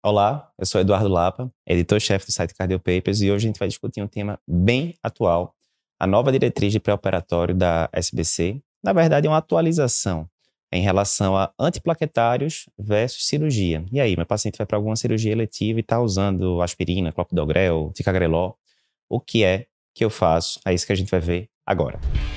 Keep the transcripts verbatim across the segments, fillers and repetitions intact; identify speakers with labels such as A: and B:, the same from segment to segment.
A: Olá, eu sou Eduardo Lapa, editor-chefe do site Cardio Papers, e hoje a gente vai discutir um tema bem atual, a nova diretriz de pré-operatório da S B C. Na verdade, é uma atualização em relação a antiplaquetários versus cirurgia. E aí, meu paciente vai para alguma cirurgia eletiva e está usando aspirina, clopidogrel, ticagrelor. O que é que eu faço? É isso que a gente vai ver agora.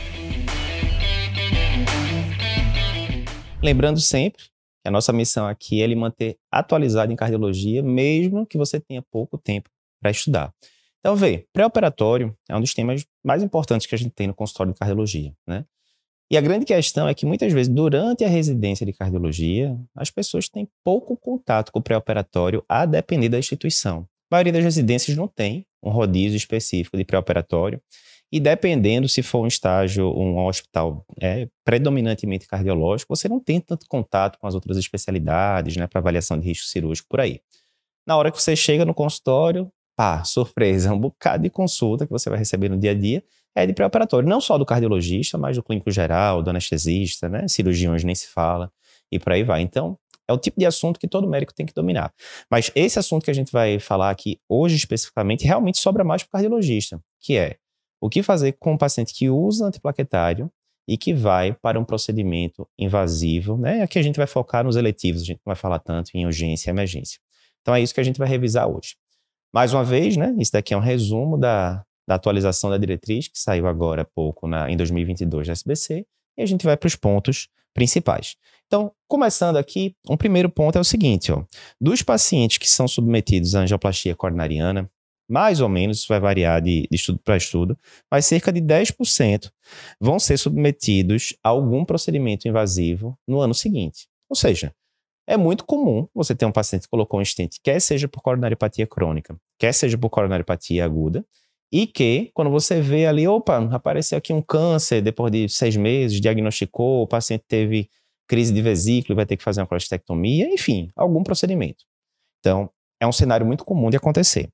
A: Lembrando sempre que a nossa missão aqui é ele manter atualizado em cardiologia, mesmo que você tenha pouco tempo para estudar. Então, vê, pré-operatório é um dos temas mais importantes que a gente tem no consultório de cardiologia, né? E a grande questão é que muitas vezes, durante a residência de cardiologia, as pessoas têm pouco contato com o pré-operatório, a depender da instituição. A maioria das residências não tem um rodízio específico de pré-operatório, e dependendo se for um estágio, um hospital é, predominantemente cardiológico, você não tem tanto contato com as outras especialidades, né, para avaliação de risco cirúrgico por aí. Na hora que você chega no consultório, pá, surpresa, um bocado de consulta que você vai receber no dia a dia é de pré-operatório, não só do cardiologista, mas do clínico geral, do anestesista, né, cirurgiões nem se fala, e por aí vai. Então, é o tipo de assunto que todo médico tem que dominar. Mas esse assunto que a gente vai falar aqui hoje especificamente, realmente sobra mais para o cardiologista, que é o que fazer com um paciente que usa antiplaquetário e que vai para um procedimento invasivo, né? Aqui a gente vai focar nos eletivos, a gente não vai falar tanto em urgência e emergência. Então é isso que a gente vai revisar hoje. Mais uma vez, né? Isso daqui é um resumo da, da atualização da diretriz, que saiu agora há pouco, na, em dois mil e vinte e dois, da S B C, e a gente vai para os pontos principais. Então, começando aqui, um primeiro ponto é o seguinte, ó, dos pacientes que são submetidos à angioplastia coronariana, mais ou menos, isso vai variar de, de estudo para estudo, mas cerca de dez por cento vão ser submetidos a algum procedimento invasivo no ano seguinte. Ou seja, é muito comum você ter um paciente que colocou um stent, quer seja por coronariopatia crônica, quer seja por coronariopatia aguda, e que, quando você vê ali, opa, apareceu aqui um câncer depois de seis meses, diagnosticou, o paciente teve crise de vesícula e vai ter que fazer uma colestectomia, enfim, algum procedimento. Então, é um cenário muito comum de acontecer.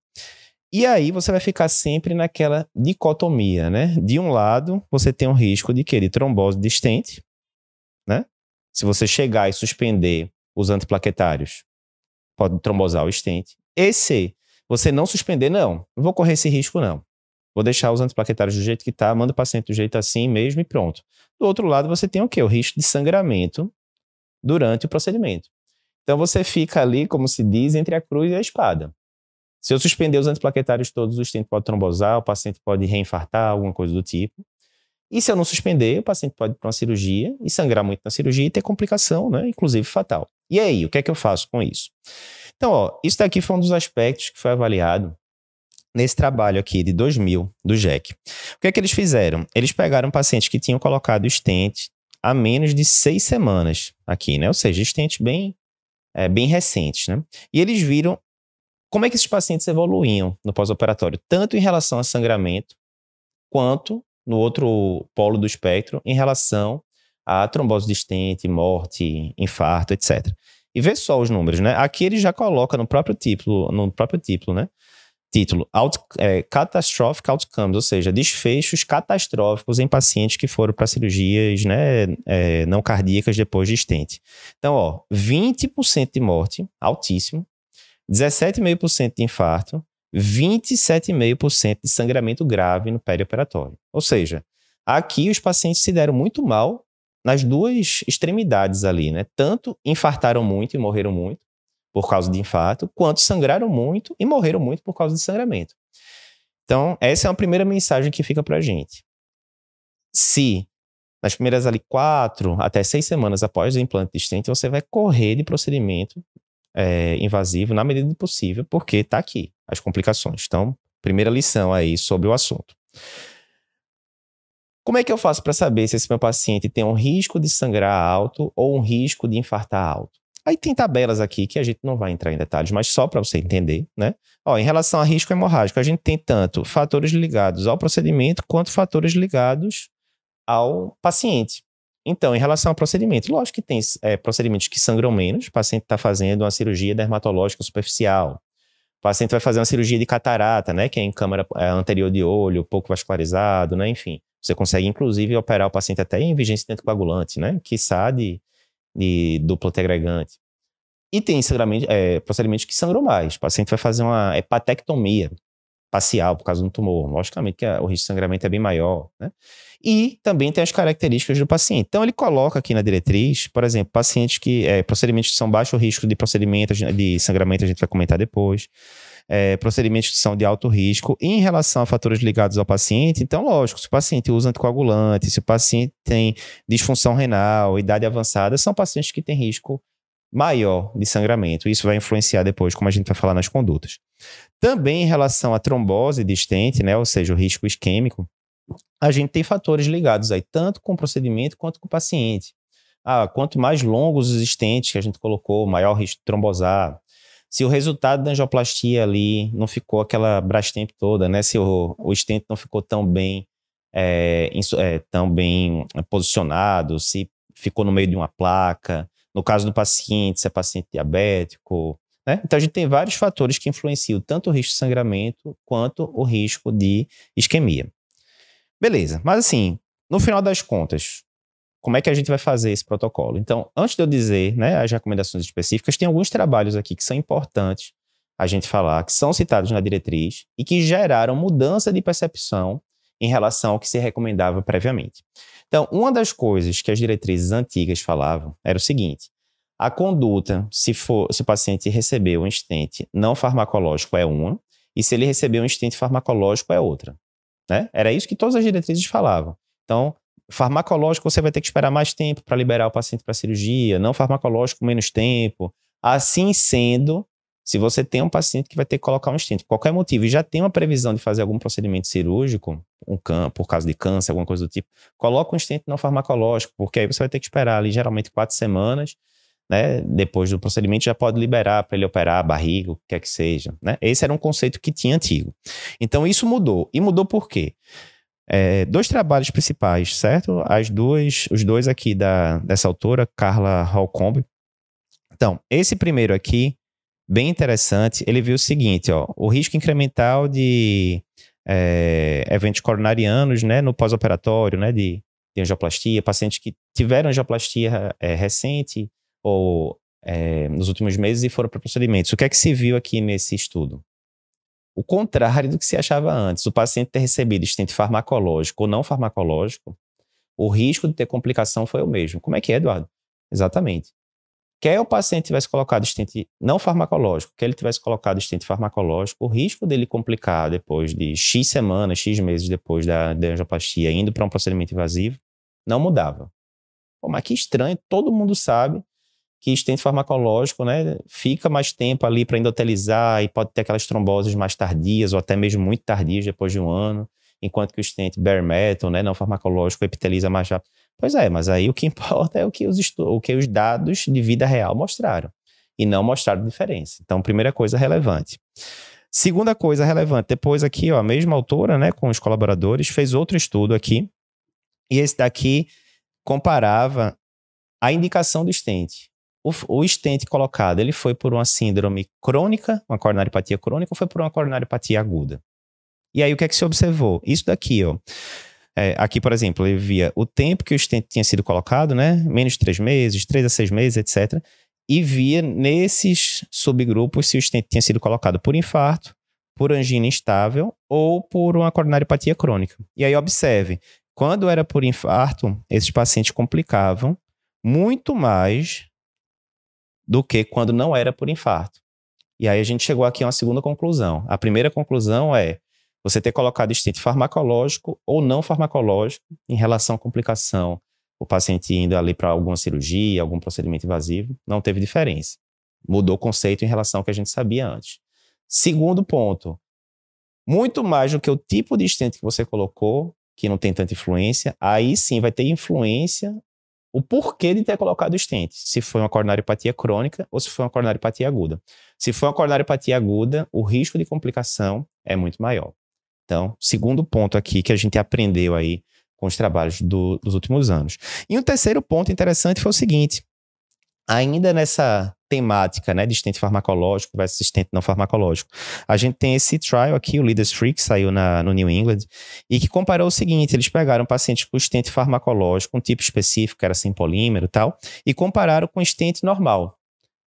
A: E aí você vai ficar sempre naquela dicotomia, né? De um lado, você tem um risco de quê? De trombose de stent, né? Se você chegar e suspender os antiplaquetários, pode trombosar o stent. E se você não suspender, não, não vou correr esse risco, não. Vou deixar os antiplaquetários do jeito que tá, manda o paciente do jeito assim mesmo e pronto. Do outro lado, você tem o quê? O risco de sangramento durante o procedimento. Então você fica ali, como se diz, entre a cruz e a espada. Se eu suspender os antiplaquetários todos, o stent pode trombosar, o paciente pode reinfartar, alguma coisa do tipo. E se eu não suspender, o paciente pode ir para uma cirurgia e sangrar muito na cirurgia e ter complicação, né, inclusive fatal. E aí, o que é que eu faço com isso? Então, ó, isso daqui foi um dos aspectos que foi avaliado nesse trabalho aqui de dois mil, do J E C. O que é que eles fizeram? Eles pegaram pacientes que tinham colocado stent há menos de seis semanas aqui, né? Ou seja, stents bem, é, bem recentes, né? E eles viram como é que esses pacientes evoluíam no pós-operatório, tanto em relação a sangramento, quanto no outro polo do espectro, em relação a trombose de stent, morte, infarto, etcétera. E vê só os números, né? Aqui ele já coloca no próprio título, no próprio título, né? Título, out, é, Catastrophic Outcomes, ou seja, desfechos catastróficos em pacientes que foram para cirurgias, né, é, não cardíacas depois de stent. Então, ó, vinte por cento de morte, altíssimo, dezessete vírgula cinco por cento de infarto, vinte e sete vírgula cinco por cento de sangramento grave no perioperatório. Ou seja, aqui os pacientes se deram muito mal nas duas extremidades ali, né? Tanto infartaram muito e morreram muito por causa de infarto, quanto sangraram muito e morreram muito por causa de sangramento. Então, essa é uma primeira mensagem que fica pra gente. Se nas primeiras ali quatro até seis semanas após o implante de stent, você vai correr de procedimento É, invasivo na medida do possível, porque está aqui as complicações. Então, primeira lição aí sobre o assunto. Como é que eu faço para saber se esse meu paciente tem um risco de sangrar alto ou um risco de infartar alto? Aí tem tabelas aqui que a gente não vai entrar em detalhes, mas só para você entender, né? Ó, em relação a risco hemorrágico, a gente tem tanto fatores ligados ao procedimento quanto fatores ligados ao paciente. Então, em relação ao procedimento, lógico que tem é, procedimentos que sangram menos. O paciente está fazendo uma cirurgia dermatológica superficial. O paciente vai fazer uma cirurgia de catarata, né, que é em câmara é, anterior de olho, pouco vascularizado, né, enfim. Você consegue, inclusive, operar o paciente até em vigência de anticoagulante, né, quiçá de, de duplo antiagregante. E tem sangramento, é, procedimentos que sangram mais. O paciente vai fazer uma hepatectomia parcial por causa de um tumor. Logicamente que o risco de sangramento é bem maior, né? E também tem as características do paciente. Então, ele coloca aqui na diretriz, por exemplo, pacientes que, é, procedimentos que são baixo risco de procedimento, de sangramento, a gente vai comentar depois. É, procedimentos que são de alto risco. E em relação a fatores ligados ao paciente, então, lógico, se o paciente usa anticoagulante, se o paciente tem disfunção renal, idade avançada, são pacientes que têm risco maior de sangramento. Isso vai influenciar depois, como a gente vai falar nas condutas. Também em relação à trombose de stent, né, ou seja, o risco isquêmico, a gente tem fatores ligados aí, tanto com o procedimento quanto com o paciente. Ah, quanto mais longos os stents que a gente colocou, maior o risco de trombosar. Se o resultado da angioplastia ali não ficou aquela Brastemp toda, né, se o, o stent não ficou tão bem, é, é, tão bem posicionado, se ficou no meio de uma placa, no caso do paciente, se é paciente diabético, né? Então a gente tem vários fatores que influenciam tanto o risco de sangramento quanto o risco de isquemia. Beleza, mas assim, no final das contas, como é que a gente vai fazer esse protocolo? Então, antes de eu dizer, né, as recomendações específicas, tem alguns trabalhos aqui que são importantes a gente falar, que são citados na diretriz e que geraram mudança de percepção em relação ao que se recomendava previamente. Então, uma das coisas que as diretrizes antigas falavam era o seguinte: a conduta, se, for, se o paciente recebeu um stent não farmacológico, é uma, e se ele recebeu um stent farmacológico, é outra. Né? Era isso que todas as diretrizes falavam. Então, farmacológico você vai ter que esperar mais tempo para liberar o paciente para a cirurgia, não farmacológico menos tempo. Assim sendo, se você tem um paciente que vai ter que colocar um stent por qualquer motivo e já tem uma previsão de fazer algum procedimento cirúrgico, um can, por causa de câncer, alguma coisa do tipo, coloca um stent não farmacológico, porque aí você vai ter que esperar ali geralmente quatro semanas, né? Depois do procedimento já pode liberar para ele operar a barriga, o que quer que seja, né? Esse era um conceito que tinha antigo. Então isso mudou. E mudou por quê? É, dois trabalhos principais, certo? As duas, os dois aqui da, dessa autora, Carla Holcomb. Então, esse primeiro aqui, bem interessante, ele viu o seguinte, ó, o risco incremental de é, eventos coronarianos, né, no pós-operatório, né, de, de angioplastia, pacientes que tiveram angioplastia é, recente ou é, nos últimos meses e foram para procedimentos. O que é que se viu aqui nesse estudo? O contrário do que se achava antes. O paciente ter recebido stent farmacológico ou não farmacológico, o risco de ter complicação foi o mesmo. Como é que é, Eduardo? Exatamente. Quer o paciente tivesse colocado stent não farmacológico, quer ele tivesse colocado stent farmacológico, o risco dele complicar depois de X semanas, X meses depois da, da angioplastia, indo para um procedimento invasivo, não mudava. Pô, mas que estranho, todo mundo sabe que stent farmacológico, né, fica mais tempo ali para endotelizar e pode ter aquelas tromboses mais tardias ou até mesmo muito tardias depois de um ano, enquanto que o stent bare metal, né, não farmacológico, epiteliza mais rápido. Pois é, mas aí o que importa é o que os, estu- o que os dados de vida real mostraram e não mostraram diferença. Então, primeira coisa relevante. Segunda coisa relevante, depois aqui, ó, a mesma autora, né, com os colaboradores, fez outro estudo aqui e esse daqui comparava a indicação do stent. O, o stent colocado, ele foi por uma síndrome crônica, uma coronariopatia crônica, ou foi por uma coronariopatia aguda? E aí, o que é que se observou? Isso daqui, ó. É, aqui, por exemplo, ele via o tempo que o stent tinha sido colocado, né? Menos de três meses, três a seis meses, etcétera. E via nesses subgrupos se o stent tinha sido colocado por infarto, por angina instável ou por uma coronariopatia crônica. E aí, observe, quando era por infarto, esses pacientes complicavam muito mais do que quando não era por infarto. E aí a gente chegou aqui a uma segunda conclusão. A primeira conclusão é você ter colocado stent farmacológico ou não farmacológico em relação à complicação. O paciente indo ali para alguma cirurgia, algum procedimento invasivo, não teve diferença. Mudou o conceito em relação ao que a gente sabia antes. Segundo ponto, muito mais do que o tipo de stent que você colocou, que não tem tanta influência, aí sim vai ter influência o porquê de ter colocado o stent, se foi uma coronariopatia crônica ou se foi uma coronariopatia aguda. Se foi uma coronariopatia aguda, o risco de complicação é muito maior. Então, segundo ponto aqui que a gente aprendeu aí com os trabalhos do, dos últimos anos. E um terceiro ponto interessante foi o seguinte, ainda nessa temática, né, de stent farmacológico versus stent não farmacológico, a gente tem esse trial aqui, o Leaders três, que saiu na, no New England, e que comparou o seguinte, eles pegaram pacientes com stent farmacológico, um tipo específico, que era sem polímero e tal, e compararam com stent normal.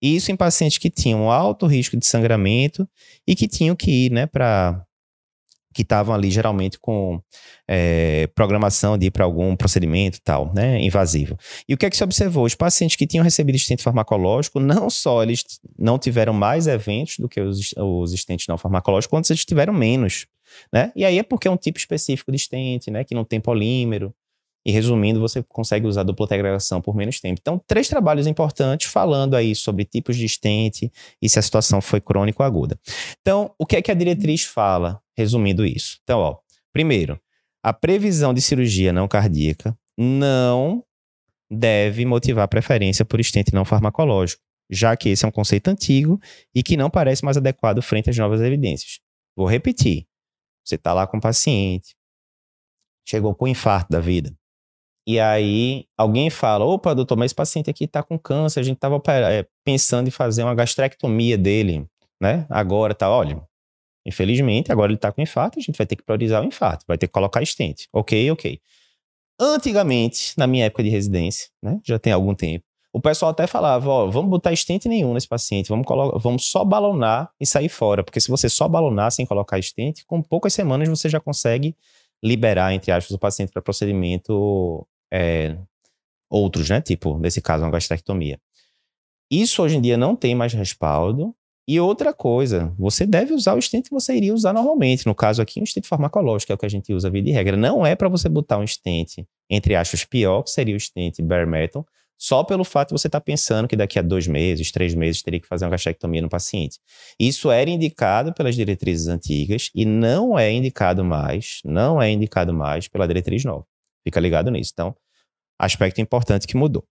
A: Isso em pacientes que tinham alto risco de sangramento e que tinham que ir, né, para... que estavam ali geralmente com é, programação de ir para algum procedimento e tal, né, invasivo. E o que é que se observou? Os pacientes que tinham recebido estente farmacológico, não só eles não tiveram mais eventos do que os, os estentes não farmacológicos, quanto eles tiveram menos, né? E aí é porque é um tipo específico de estente, né, que não tem polímero. E resumindo, você consegue usar dupla integração por menos tempo. Então, três trabalhos importantes falando aí sobre tipos de estente e se a situação foi crônica ou aguda. Então, o que é que a diretriz fala, resumindo isso? Então, ó, primeiro, a previsão de cirurgia não cardíaca não deve motivar preferência por estente não farmacológico, já que esse é um conceito antigo e que não parece mais adequado frente às novas evidências. Vou repetir. Você está lá com o paciente, chegou com um infarto da vida. E aí, alguém fala, opa, doutor, mas esse paciente aqui tá com câncer, a gente tava é, pensando em fazer uma gastrectomia dele, né? Agora tá, olha, infelizmente, agora ele tá com infarto, a gente vai ter que priorizar o infarto, vai ter que colocar estente. Ok, ok. Antigamente, na minha época de residência, né? Já tem algum tempo, o pessoal até falava, ó, vamos botar estente nenhum nesse paciente, vamos, colo- vamos só balonar e sair fora, porque se você só balonar sem colocar estente, com poucas semanas você já consegue liberar, entre aspas, o paciente para procedimento É, outros, né? Tipo, nesse caso, uma gastrectomia. Isso hoje em dia não tem mais respaldo. E outra coisa, você deve usar o estente que você iria usar normalmente. No caso aqui, um estente farmacológico, que é o que a gente usa via de regra. Não é para você botar um estente, entre aspas, pior, que seria o estente bare metal, só pelo fato de você estar tá pensando que daqui a dois meses, três meses, teria que fazer uma gastrectomia no paciente. Isso era indicado pelas diretrizes antigas e não é indicado mais, não é indicado mais pela diretriz nova. Fica ligado nisso. Então, aspecto importante que mudou.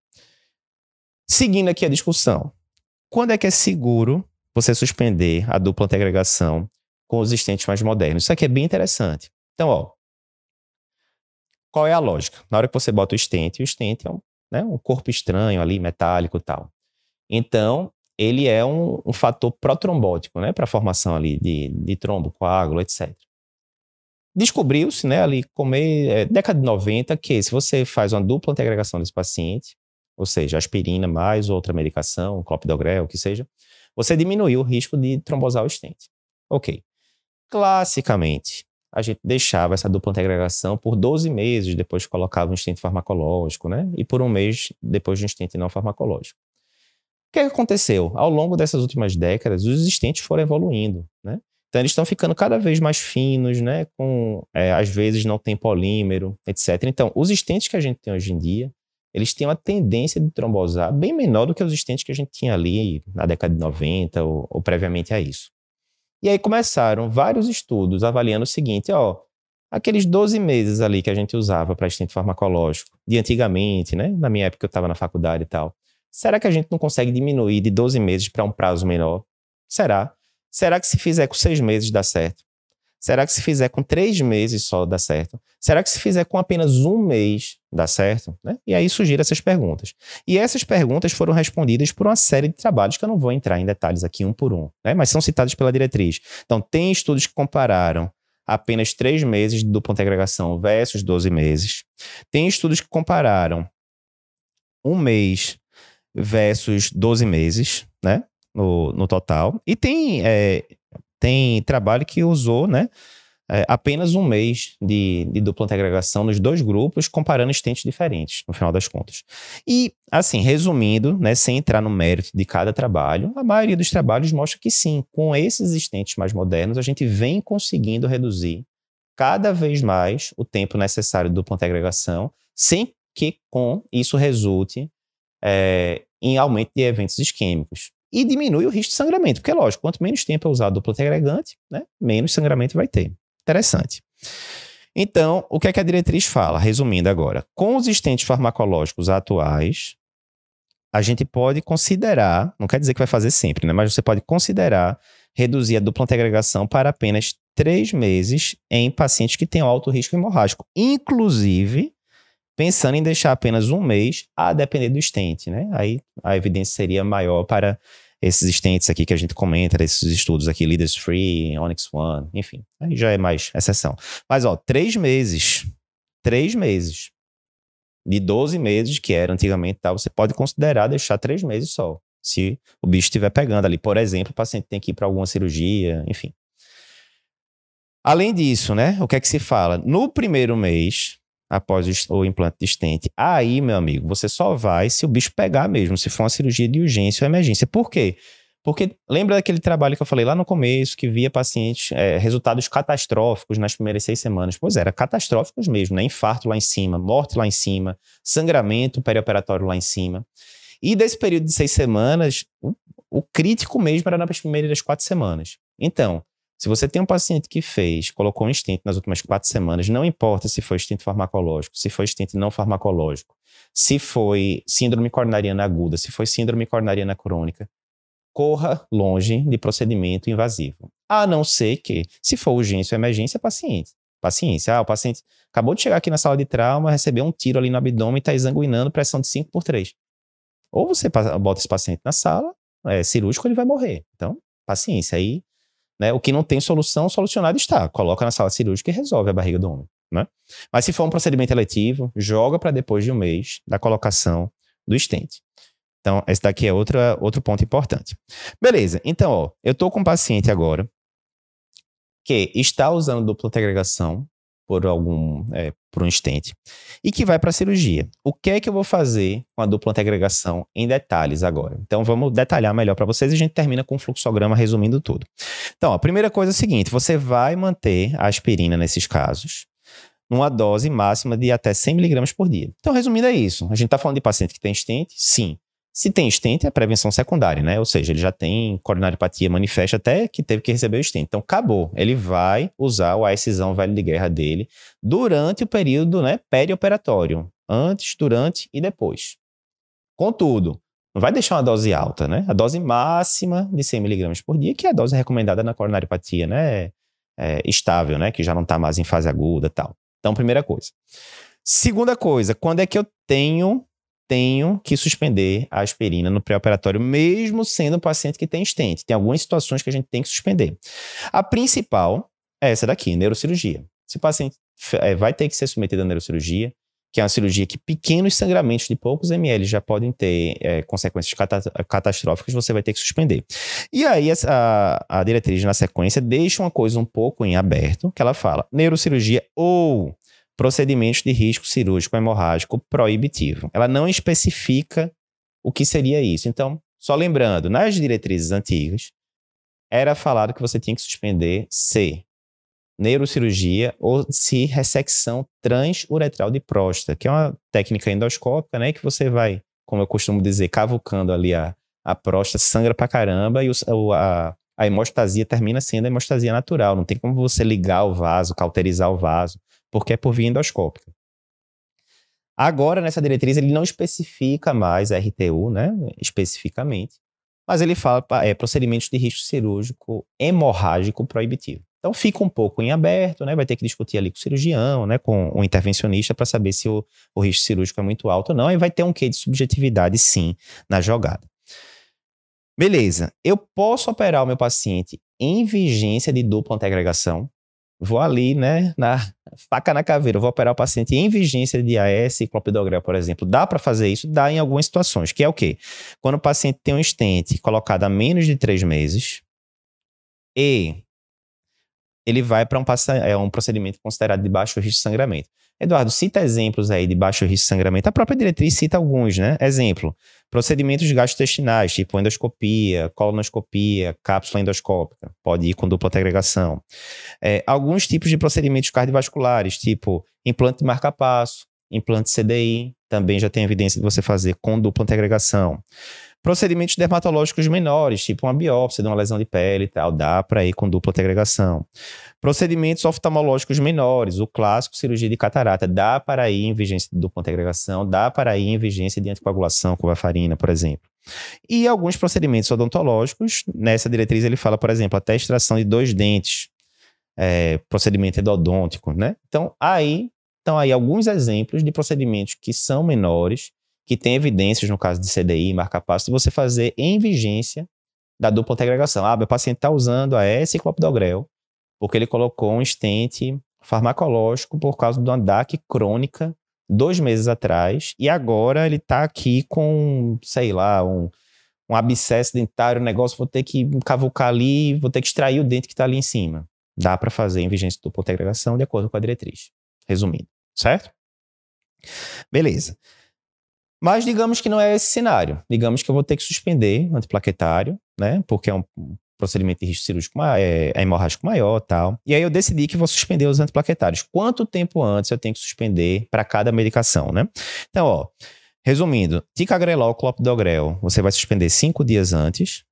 A: Seguindo aqui a discussão. Quando é que é seguro você suspender a dupla antiagregação com os estentes mais modernos? Isso aqui é bem interessante. Então, ó, qual é a lógica? Na hora que você bota o estente, o estente é um, né, um corpo estranho ali, metálico e tal. Então, ele é um, um fator protrombótico, né, para a formação ali de, de trombo, coágulo, etcétera. Descobriu-se, né, ali, comer, é, década de noventa, que se você faz uma dupla antiagregação desse paciente, ou seja, aspirina mais outra medicação, clopidogrel, o que seja, você diminuiu o risco de trombosar o estente. Ok. Classicamente, a gente deixava essa dupla antiagregação por doze meses depois que colocava um estente farmacológico, né, e por um mês depois de um estente não farmacológico. O que aconteceu? Ao longo dessas últimas décadas, os estentes foram evoluindo, né? Então, eles estão ficando cada vez mais finos, né? Com, é, às vezes não tem polímero, etcétera. Então, os estentes que a gente tem hoje em dia, eles têm uma tendência de trombosar bem menor do que os estentes que a gente tinha ali na década de noventa ou, ou previamente a isso. E aí começaram vários estudos avaliando o seguinte, ó, aqueles doze meses ali que a gente usava para estente farmacológico, de antigamente, né? Na minha época eu estava na faculdade e tal, será que a gente não consegue diminuir de doze meses para um prazo menor? Será? Será que se fizer com seis meses dá certo? Será que se fizer com três meses só dá certo? Será que se fizer com apenas um mês dá certo? Né? E aí surgiram essas perguntas. E essas perguntas foram respondidas por uma série de trabalhos que eu não vou entrar em detalhes aqui um por um, né? Mas são citados pela diretriz. Então, tem estudos que compararam apenas três meses de dupla antiagregação versus doze meses. Tem estudos que compararam um mês versus doze meses, né? No, no total. E tem, é, tem trabalho que usou, né, é, apenas um mês de, de dupla antiagregação nos dois grupos, comparando estentes diferentes, no final das contas. E, assim, resumindo, né, sem entrar no mérito de cada trabalho, a maioria dos trabalhos mostra que sim, com esses estentes mais modernos, a gente vem conseguindo reduzir cada vez mais o tempo necessário de dupla antiagregação, sem que com isso resulte é, em aumento de eventos isquêmicos. E diminui o risco de sangramento, porque, lógico, quanto menos tempo eu usar a dupla antiagregante, né, menos sangramento vai ter. Interessante. Então, o que é que a diretriz fala? Resumindo agora, com os estentes farmacológicos atuais, a gente pode considerar, não quer dizer que vai fazer sempre, né, mas você pode considerar reduzir a dupla antiagregação para apenas três meses em pacientes que tenham alto risco hemorrágico, inclusive pensando em deixar apenas um mês a depender do estente, né? Aí a evidência seria maior para esses estentes aqui que a gente comenta, esses estudos aqui, Leaders Free, Onyx One, enfim, aí já é mais exceção. Mas, ó, três meses, três meses, de doze meses, que era antigamente, tá, você pode considerar deixar três meses só. se o bicho estiver pegando ali. Por exemplo, o paciente tem que ir para alguma cirurgia, enfim. Além disso, né, o que é que se fala? No primeiro mês, após o implante de stent, aí, meu amigo, você só vai se o bicho pegar mesmo, se for uma cirurgia de urgência ou emergência. Por quê? Porque lembra daquele trabalho que eu falei lá no começo, que via pacientes, é, resultados catastróficos nas primeiras seis semanas? Pois era, catastróficos mesmo, né? Infarto lá em cima, morte lá em cima, sangramento perioperatório lá em cima. E desse período de seis semanas, o, o crítico mesmo era nas primeiras quatro semanas. Então, se você tem um paciente que fez, colocou um stent nas últimas quatro semanas, não importa se foi stent farmacológico, se foi stent não farmacológico, se foi síndrome coronariana aguda, se foi síndrome coronariana crônica, corra longe de procedimento invasivo. A não ser que, se for urgência ou emergência, paciente. Paciência. Ah, o paciente acabou de chegar aqui na sala de trauma, recebeu um tiro ali no abdômen e está exanguinando, pressão de cinco por três. Ou você bota esse paciente na sala, é cirúrgico, ele vai morrer. Então, paciência. Aí, né, o que não tem solução, solucionado está. Coloca na sala cirúrgica e resolve a barriga do homem. Né? Mas se for um procedimento eletivo, joga para depois de um mês da colocação do stent. Então, esse daqui é outra, outro ponto importante. Beleza, então, ó, eu estou com um paciente agora que está usando dupla agregação por algum, é, por um stent e que vai para a cirurgia. O que é que eu vou fazer com a dupla agregação em detalhes agora? Então, vamos detalhar melhor para vocês e a gente termina com o fluxograma resumindo tudo. Então, ó, a primeira coisa é a seguinte, você vai manter a aspirina nesses casos numa dose máxima de até cem miligramas por dia. Então, resumindo, é isso. A gente está falando de paciente que tem stent? Sim. Se tem stent, é prevenção secundária, né? Ou seja, ele já tem coronariopatia manifesta até que teve que receber o stent. Então, acabou. Ele vai usar o ASzão velho de guerra dele durante o período, né, perioperatório. Antes, durante e depois. Contudo, não vai deixar uma dose alta, né? A dose máxima de cem miligramas por dia, que é a dose recomendada na coronariopatia, né? É, estável, né? Que já não está mais em fase aguda e tal. Então, primeira coisa. Segunda coisa, quando é que eu tenho... tenho que suspender a aspirina no pré-operatório, mesmo sendo um paciente que tem stent. Tem algumas situações que a gente tem que suspender. A principal é essa daqui, neurocirurgia. Se o paciente é, vai ter que ser submetido a neurocirurgia, que é uma cirurgia que pequenos sangramentos de poucos ml já podem ter é, consequências cata- catastróficas, você vai ter que suspender. E aí a, a diretriz na sequência deixa uma coisa um pouco em aberto, que ela fala neurocirurgia ou procedimentos de risco cirúrgico hemorrágico proibitivo. Ela não especifica o que seria isso. Então, só lembrando, nas diretrizes antigas, era falado que você tinha que suspender se neurocirurgia ou se ressecção transuretral de próstata, que é uma técnica endoscópica, né, que você vai, como eu costumo dizer, cavucando ali a, a próstata, sangra pra caramba e o, a, a hemostasia termina sendo a hemostasia natural. Não tem como você ligar o vaso, cauterizar o vaso, porque é por via endoscópica. Agora, nessa diretriz, ele não especifica mais a R T U, né, especificamente, mas ele fala é, procedimentos de risco cirúrgico hemorrágico proibitivo. Então, fica um pouco em aberto, né, vai ter que discutir ali com o cirurgião, né, com o intervencionista, para saber se o, o risco cirúrgico é muito alto ou não, e vai ter um quê de subjetividade, sim, na jogada. Beleza, eu posso operar o meu paciente em vigência de dupla antiagregação. Vou ali, né, na faca na caveira, vou operar o paciente em vigência de A S e clopidogrel, por exemplo. Dá para fazer isso? Dá em algumas situações, que é o quê? Quando o paciente tem um stent colocado há menos de três meses e ele vai para um, é um procedimento considerado de baixo risco de sangramento. Eduardo, cita exemplos aí de baixo risco de sangramento. A própria diretriz cita alguns, né? Exemplo, procedimentos gastrointestinais, tipo endoscopia, colonoscopia, cápsula endoscópica, pode ir com dupla agregação. É, alguns tipos de procedimentos cardiovasculares, tipo implante de marca-passo, implante C D I, também já tem evidência de você fazer com dupla agregação. Procedimentos dermatológicos menores, tipo uma biópsia de uma lesão de pele e tal, dá para ir com dupla agregação. Procedimentos oftalmológicos menores, o clássico cirurgia de catarata, dá para ir em vigência de dupla agregação, dá para ir em vigência de anticoagulação com varfarina, por exemplo. E alguns procedimentos odontológicos, nessa diretriz ele fala, por exemplo, até extração de dois dentes, é, procedimento endodôntico, né? Então, aí estão aí alguns exemplos de procedimentos que são menores, que tem evidências, no caso de C D I, marca-passo, de você fazer em vigência da dupla agregação. Ah, meu paciente está usando a S e clopidogrel, porque ele colocou um stent farmacológico por causa de uma D A C crônica dois meses atrás, e agora ele está aqui com, sei lá, um, um abscesso dentário, um negócio, vou ter que cavucar ali, vou ter que extrair o dente que está ali em cima. Dá para fazer em vigência de dupla agregação de acordo com a diretriz. Resumindo, certo? Beleza. Mas digamos que não é esse cenário. Digamos que eu vou ter que suspender o antiplaquetário, né? Porque é um procedimento de risco cirúrgico, é, é hemorrágico maior e tal. E aí eu decidi que vou suspender os antiplaquetários. Quanto tempo antes eu tenho que suspender para cada medicação, né? Então, ó, resumindo, ticagrelol, clopidogrel, você vai suspender cinco dias antes.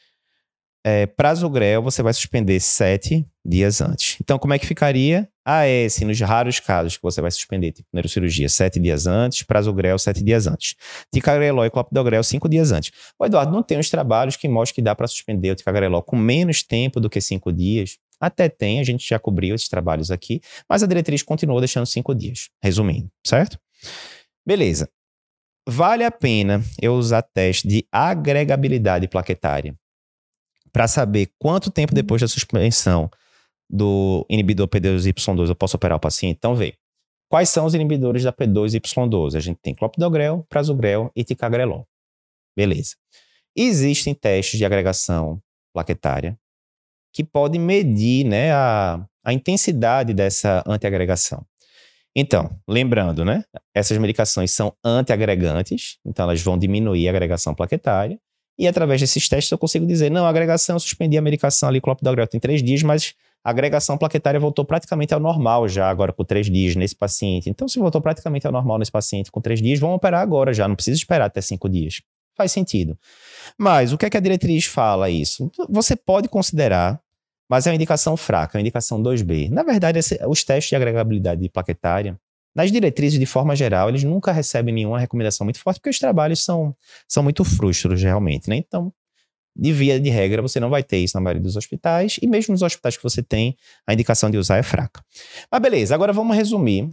A: É, prasugrel, você vai suspender sete dias antes. Então, como é que ficaria? A S, nos raros casos que você vai suspender, tipo neurocirurgia, sete dias antes, prasugrel, sete dias antes. Ticagrelol e clopidogrel, cinco dias antes. O Eduardo, não tem uns trabalhos que mostram que dá para suspender o ticagrelol com menos tempo do que cinco dias? Até tem, a gente já cobriu esses trabalhos aqui, mas a diretriz continuou deixando cinco dias. Resumindo, certo? Beleza. Vale a pena eu usar teste de agregabilidade plaquetária para saber quanto tempo depois da suspensão do inibidor P dois Y dois eu posso operar o paciente? Então, vê. Quais são os inibidores da P dois Y dois? A gente tem clopidogrel, prasugrel e ticagrelol. Beleza. Existem testes de agregação plaquetária que podem medir, né, a, a intensidade dessa antiagregação. Então, lembrando, né, essas medicações são antiagregantes, então elas vão diminuir a agregação plaquetária. E através desses testes eu consigo dizer, não, a agregação, eu suspendi a medicação ali, clopidogrel tem três dias, mas a agregação plaquetária voltou praticamente ao normal já, agora por três dias nesse paciente. Então, se voltou praticamente ao normal nesse paciente com três dias, vamos operar agora já, não precisa esperar até cinco dias. Faz sentido. Mas o que é que a diretriz fala isso? Você pode considerar, mas é uma indicação fraca, é uma indicação dois B. Na verdade, esse, os testes de agregabilidade plaquetária, nas diretrizes, de forma geral, eles nunca recebem nenhuma recomendação muito forte, porque os trabalhos são, são muito frustros, realmente, né? Então, de via de regra, você não vai ter isso na maioria dos hospitais, e mesmo nos hospitais que você tem, a indicação de usar é fraca. Mas beleza, agora vamos resumir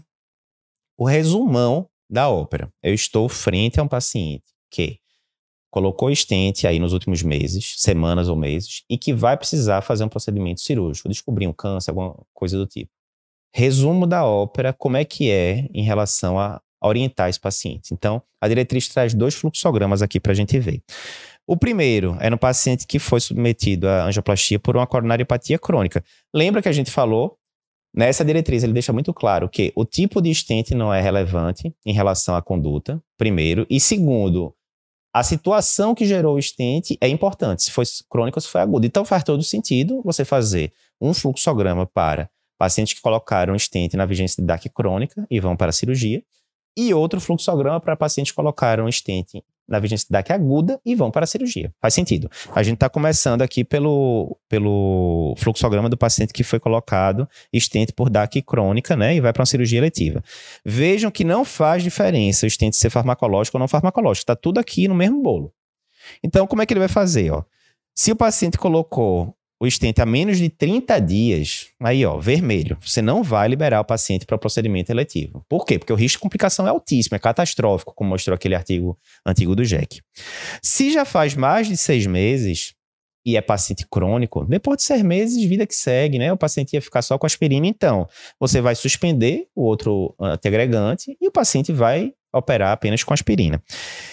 A: o resumão da ópera. Eu estou frente a um paciente que colocou stent aí nos últimos meses, semanas ou meses, e que vai precisar fazer um procedimento cirúrgico, descobrir um câncer, alguma coisa do tipo. Resumo da ópera, como é que é em relação a orientar esse paciente. Então, a diretriz traz dois fluxogramas aqui para a gente ver. O primeiro é no paciente que foi submetido à angioplastia por uma coronariopatia crônica. Lembra que a gente falou? Nessa diretriz, ele deixa muito claro que o tipo de stent não é relevante em relação à conduta, primeiro. E segundo, a situação que gerou o stent é importante, se foi crônico ou se foi agudo. Então, faz todo sentido você fazer um fluxograma para pacientes que colocaram stent na vigência de D A C crônica e vão para a cirurgia, e outro fluxograma para pacientes que colocaram stent na vigência de D A C aguda e vão para a cirurgia. Faz sentido. A gente está começando aqui pelo, pelo fluxograma do paciente que foi colocado stent por D A C crônica, né, e vai para uma cirurgia eletiva. Vejam que não faz diferença o stent ser farmacológico ou não farmacológico. Está tudo aqui no mesmo bolo. Então, como é que ele vai fazer? Ó? Se o paciente colocou o stent há menos de trinta dias, aí ó, vermelho, você não vai liberar o paciente para o procedimento eletivo. Por quê? Porque o risco de complicação é altíssimo, é catastrófico, como mostrou aquele artigo antigo do J E C. Se já faz mais de seis meses e é paciente crônico, depois de seis meses, vida que segue, né? O paciente ia ficar só com aspirina, então você vai suspender o outro antiagregante e o paciente vai operar apenas com aspirina.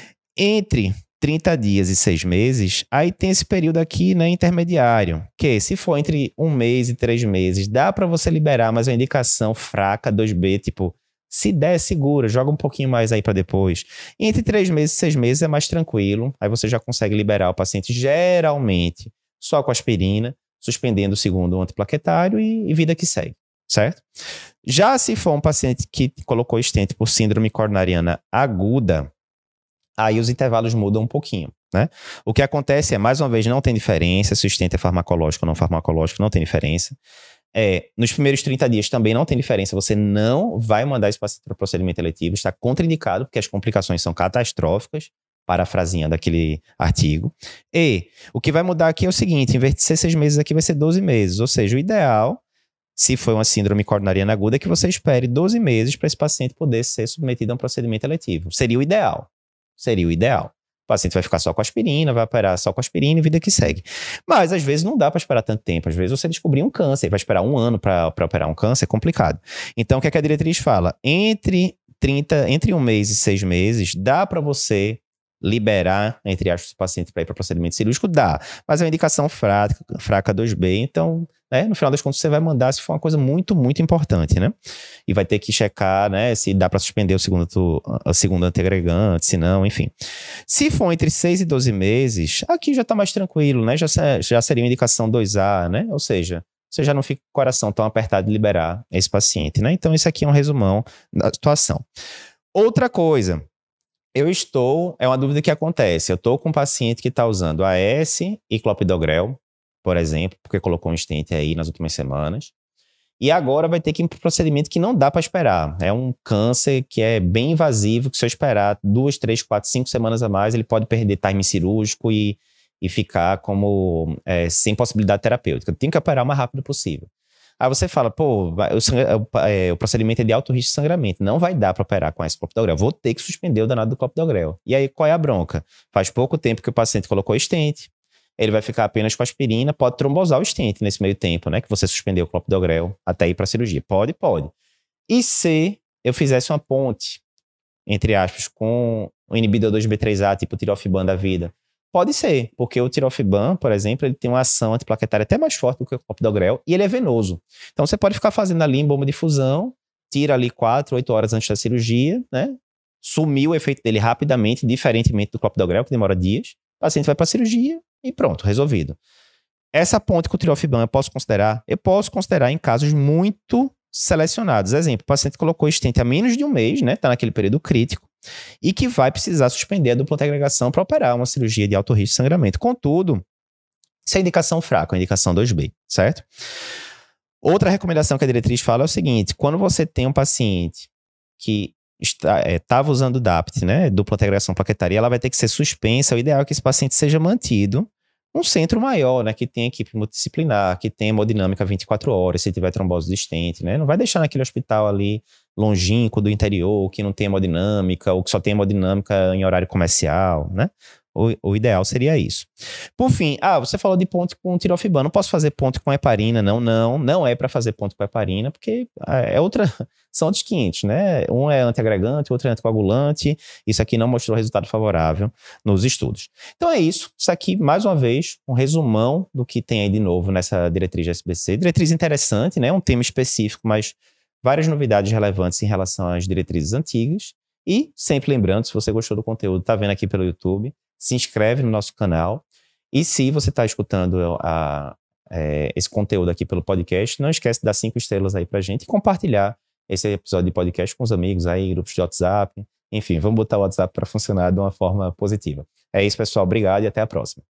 A: Entre trinta dias e seis meses, aí tem esse período aqui, né, intermediário, que se for entre um mês e três meses, dá para você liberar, mas é uma indicação fraca, dois B, tipo, se der, segura, joga um pouquinho mais aí para depois. E entre três meses e seis meses é mais tranquilo, aí você já consegue liberar o paciente, geralmente, só com aspirina, suspendendo o segundo antiplaquetário e, e vida que segue, certo? Já se for um paciente que colocou stent por síndrome coronariana aguda, aí os intervalos mudam um pouquinho, né? O que acontece é, mais uma vez, não tem diferença se o stent é farmacológico ou não farmacológico, não tem diferença. É, nos primeiros trinta dias também não tem diferença, você não vai mandar esse paciente para o procedimento eletivo, está contraindicado porque as complicações são catastróficas, parafraseando aquele artigo. E o que vai mudar aqui é o seguinte, em vez de ser seis meses aqui vai ser doze meses, ou seja, o ideal, se for uma síndrome coronariana aguda, é que você espere doze meses para esse paciente poder ser submetido a um procedimento eletivo. Seria o ideal. Seria o ideal. O paciente vai ficar só com aspirina, vai operar só com aspirina e vida que segue. Mas, às vezes, não dá para esperar tanto tempo. Às vezes, você descobrir um câncer, vai esperar um ano para operar um câncer, é complicado. Então, o que, é que a diretriz fala? Entre, trinta, entre um mês e seis meses, dá para você liberar, entre aspas, o paciente para ir para procedimento cirúrgico? Dá, mas é uma indicação fraca, fraca dois B, então, né, no final das contas, você vai mandar se for uma coisa muito, muito importante, né? E vai ter que checar, né, se dá para suspender o segundo, o segundo antiagregante, se não, enfim. Se for entre seis e doze meses, aqui já está mais tranquilo, né? Já, já seria uma indicação dois A, né? Ou seja, você já não fica com o coração tão apertado de liberar esse paciente, né? Então, isso aqui é um resumão da situação. Outra coisa, eu estou, é uma dúvida que acontece, eu estou com um paciente que está usando A S e clopidogrel, por exemplo, porque colocou um stent aí nas últimas semanas, e agora vai ter que ir para um procedimento que não dá para esperar. É um câncer que é bem invasivo, que se eu esperar duas, três, quatro, cinco semanas a mais, ele pode perder time cirúrgico e, e ficar como é, sem possibilidade terapêutica. Tem que operar o mais rápido possível. Aí você fala, pô, o, sangra, o, é, o procedimento é de alto risco de sangramento, não vai dar para operar com esse clopidogrel, vou ter que suspender o danado do clopidogrel. E aí, qual é a bronca? Faz pouco tempo que o paciente colocou stent, ele vai ficar apenas com aspirina, pode trombosar o stent nesse meio tempo, né, que você suspendeu o clopidogrel até ir para cirurgia. Pode, pode. E se eu fizesse uma ponte, entre aspas, com o inibidor dois B três A, tipo o tirofibam da vida? Pode ser, porque o tirofibam, por exemplo, ele tem uma ação antiplaquetária até mais forte do que o clopidogrel e ele é venoso. Então você pode ficar fazendo ali em bomba de fusão, tira ali quatro, oito horas antes da cirurgia, né? Sumiu o efeito dele rapidamente, diferentemente do clopidogrel, que demora dias. O paciente vai para a cirurgia e pronto, resolvido. Essa ponte com o tirofibam eu posso considerar? Eu posso considerar em casos muito selecionados. Exemplo, o paciente colocou stent há menos de um mês, né? Está naquele período crítico, e que vai precisar suspender a dupla antiagregação para operar uma cirurgia de alto risco de sangramento. Contudo, isso é indicação fraca, a indicação dois B, certo? Outra recomendação que a diretriz fala é o seguinte: quando você tem um paciente que estava é, usando D A P T, né, dupla antiagregação plaquetária, ela vai ter que ser suspensa. O ideal é que esse paciente seja mantido num centro maior, né, que tenha equipe multidisciplinar, que tenha hemodinâmica vinte e quatro horas, se tiver trombose de stent, né? Não vai deixar naquele hospital ali longínquo do interior, que não tem hemodinâmica, ou que só tem hemodinâmica em horário comercial, né? O, o ideal seria isso. Por fim, ah, você falou de ponte com tirofibam. Não posso fazer ponte com heparina, não, não. Não é para fazer ponte com heparina, porque é outra, são outros quinhentos, né? Um é antiagregante, o outro é anticoagulante. Isso aqui não mostrou resultado favorável nos estudos. Então é isso. Isso aqui, mais uma vez, um resumão do que tem aí de novo nessa diretriz de S B C. Diretriz interessante, né? Um tema específico, mas várias novidades relevantes em relação às diretrizes antigas. E sempre lembrando, se você gostou do conteúdo, tá vendo aqui pelo YouTube, se inscreve no nosso canal. E se você está escutando a, é, esse conteúdo aqui pelo podcast, não esquece de dar cinco estrelas aí pra gente e compartilhar esse episódio de podcast com os amigos aí, grupos de WhatsApp. Enfim, vamos botar o WhatsApp para funcionar de uma forma positiva. É isso, pessoal. Obrigado e até a próxima.